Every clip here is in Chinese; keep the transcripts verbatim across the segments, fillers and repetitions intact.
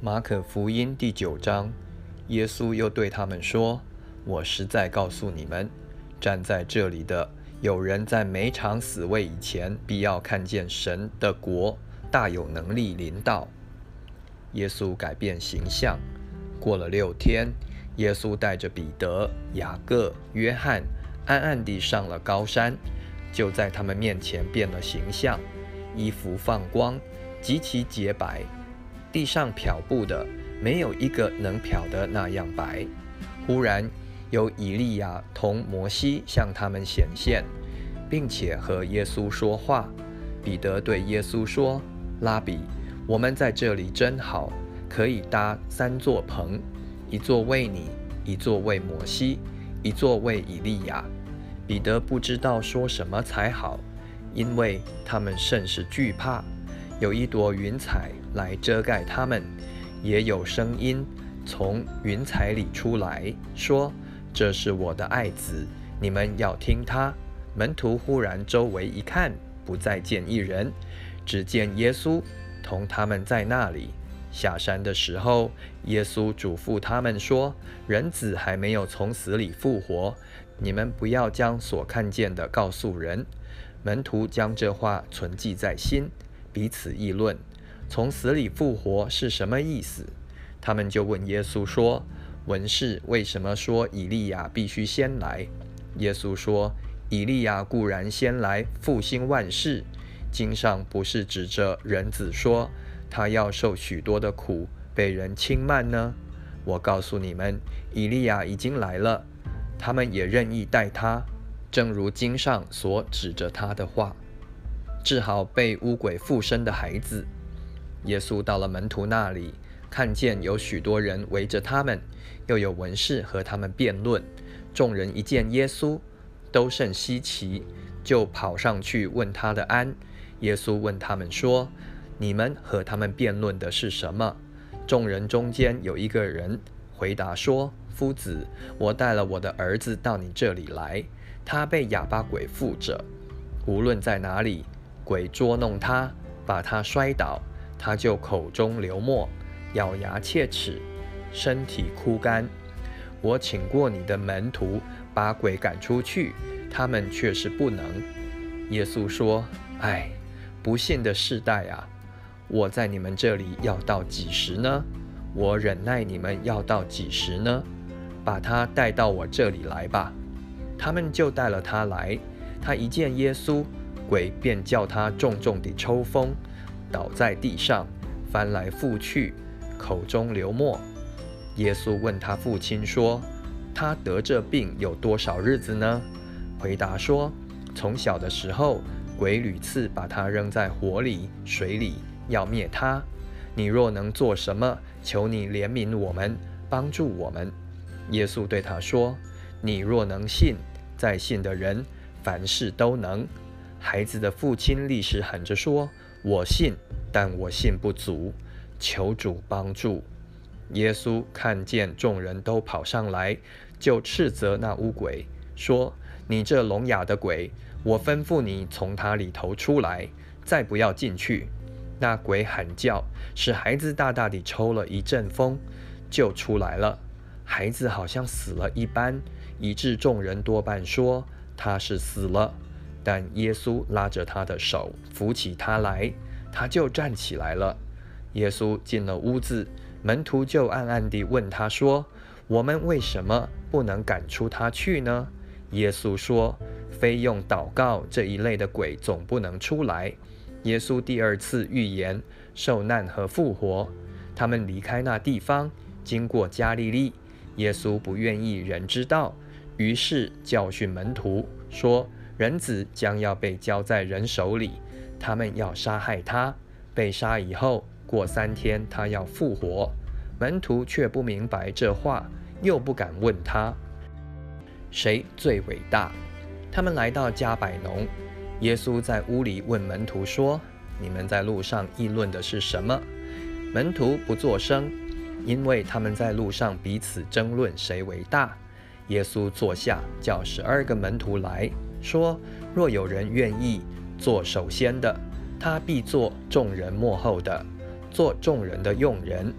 马可福音第九章，耶稣又对他们说：我实在告诉你们，站在这里的有人在每场死位以前，必要看见神的国大有能力临到。耶稣改变形象。过了六天，耶稣带着彼得、雅各、约翰，暗暗地上了高山，就在他们面前变了形象，衣服放光，极其洁白，地上漂布的没有一个能漂得那样白。忽然有以利亚同摩西向他们显现，并且和耶稣说话。彼得对耶稣说：拉比，我们在这里真好，可以搭三座棚，一座为你，一座为摩西，一座为以利亚。彼得不知道说什么才好，因为他们甚是惧怕。有一朵云彩来遮盖他们，也有声音从云彩里出来，说：这是我的爱子，你们要听他。门徒忽然周围一看，不再见一人，只见耶稣同他们在那里。下山的时候，耶稣嘱咐他们说：人子还没有从死里复活，你们不要将所看见的告诉人。门徒将这话存记在心，彼此议论，从死里复活是什么意思？他们就问耶稣说：文士为什么说以利亚必须先来？耶稣说：以利亚固然先来复兴万事，经上不是指着人子说他要受许多的苦，被人轻慢呢？我告诉你们，以利亚已经来了，他们也任意待他，正如经上所指着他的话，治好被污鬼附身的孩子。耶稣到了门徒那里，看见有许多人围着他们，又有文士和他们辩论。众人一见耶稣，都甚稀奇，就跑上去问他的安。耶稣问他们说：你们和他们辩论的是什么？众人中间有一个人回答说：夫子，我带了我的儿子到你这里来，他被哑巴鬼附着，无论在哪里，鬼捉弄他，把他摔倒，他就口中流沫，咬牙切齿，身体枯干。我请过你的门徒把鬼赶出去，他们却是不能。耶稣说：唉，不信的世代啊，我在你们这里要到几时呢？我忍耐你们要到几时呢？把他带到我这里来吧。他们就带了他来。他一见耶稣，鬼便叫他重重地抽风，倒在地上，翻来覆去，口中流沫。耶稣问他父亲说：他得这病有多少日子呢？回答说：从小的时候，鬼屡次把他扔在火里、水里，要灭他。你若能做什么，求你怜悯我们，帮助我们。耶稣对他说：你若能信，在信的人凡事都能。孩子的父亲立时喊着说：我信，但我信不足，求主帮助。耶稣看见众人都跑上来，就斥责那污鬼，说：你这聋哑的鬼，我吩咐你从他里头出来，再不要进去。那鬼喊叫，使孩子大大地抽了一阵风，就出来了。孩子好像死了一般，以致众人多半说他是死了。但耶稣拉着他的手，扶起他来，他就站起来了。耶稣进了屋子，门徒就暗暗地问他说：我们为什么不能赶出他去呢？耶稣说：非用祷告这一类的鬼总不能出来。耶稣第二次预言受难和复活。他们离开那地方，经过加利利。耶稣不愿意人知道，于是教训门徒说：人子将要被交在人手里，他们要杀害他，被杀以后，过三天他要复活。门徒却不明白这话，又不敢问他谁最伟大。他们来到加百农，耶稣在屋里问门徒说：你们在路上议论的是什么？门徒不作声，因为他们在路上彼此争论谁为大。耶稣坐下，叫十二个门徒来说：若有人愿意做首先的，他必做众人末后的，做众人的用人。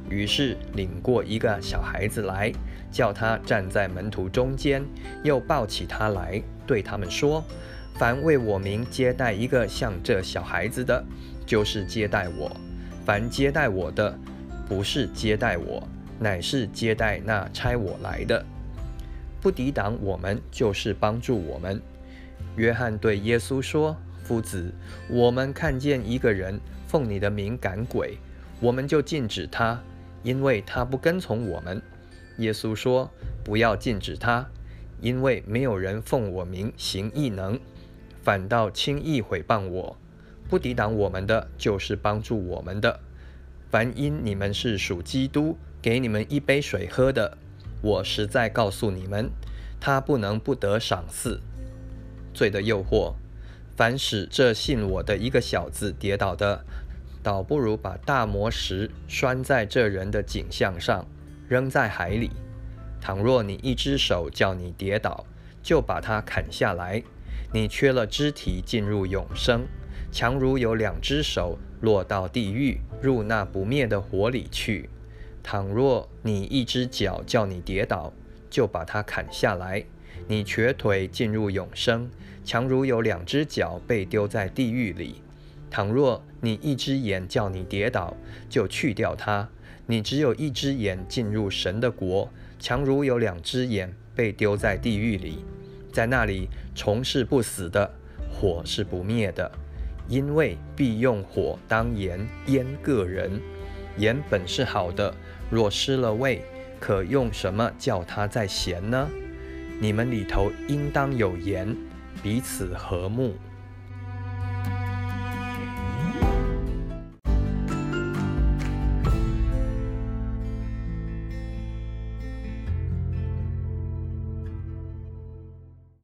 于是领过一个小孩子来，叫他站在门徒中间，又抱起他来，对他们说：凡为我名接待一个像这小孩子的，就是接待我；凡接待我的，不是接待我，乃是接待那差我来的。不抵挡我们，就是帮助我们。约翰对耶稣说：夫子，我们看见一个人奉你的名赶鬼，我们就禁止他，因为他不跟从我们。耶稣说：不要禁止他，因为没有人奉我名行异能，反倒轻易毁谤我。不抵挡我们的，就是帮助我们的。凡因你们是属基督，给你们一杯水喝的，我实在告诉你们，他不能不得赏赐。罪的诱惑，凡使这信我的一个小子跌倒的，倒不如把大磨石拴在这人的颈项上，扔在海里。倘若你一只手叫你跌倒，就把它砍下来，你缺了肢体进入永生，强如有两只手落到地狱，入那不灭的火里去。倘若你一只脚叫你跌倒，就把它砍下来，你瘸腿进入永生，强如有两只脚被丢在地狱里。倘若你一只眼叫你跌倒，就去掉它，你只有一只眼进入神的国，强如有两只眼被丢在地狱里。在那里，虫是不死的，火是不灭的，因为必用火当盐腌个人。盐本是好的，若失了味，可用什么叫它再咸呢？你们里头应当有盐，彼此和睦。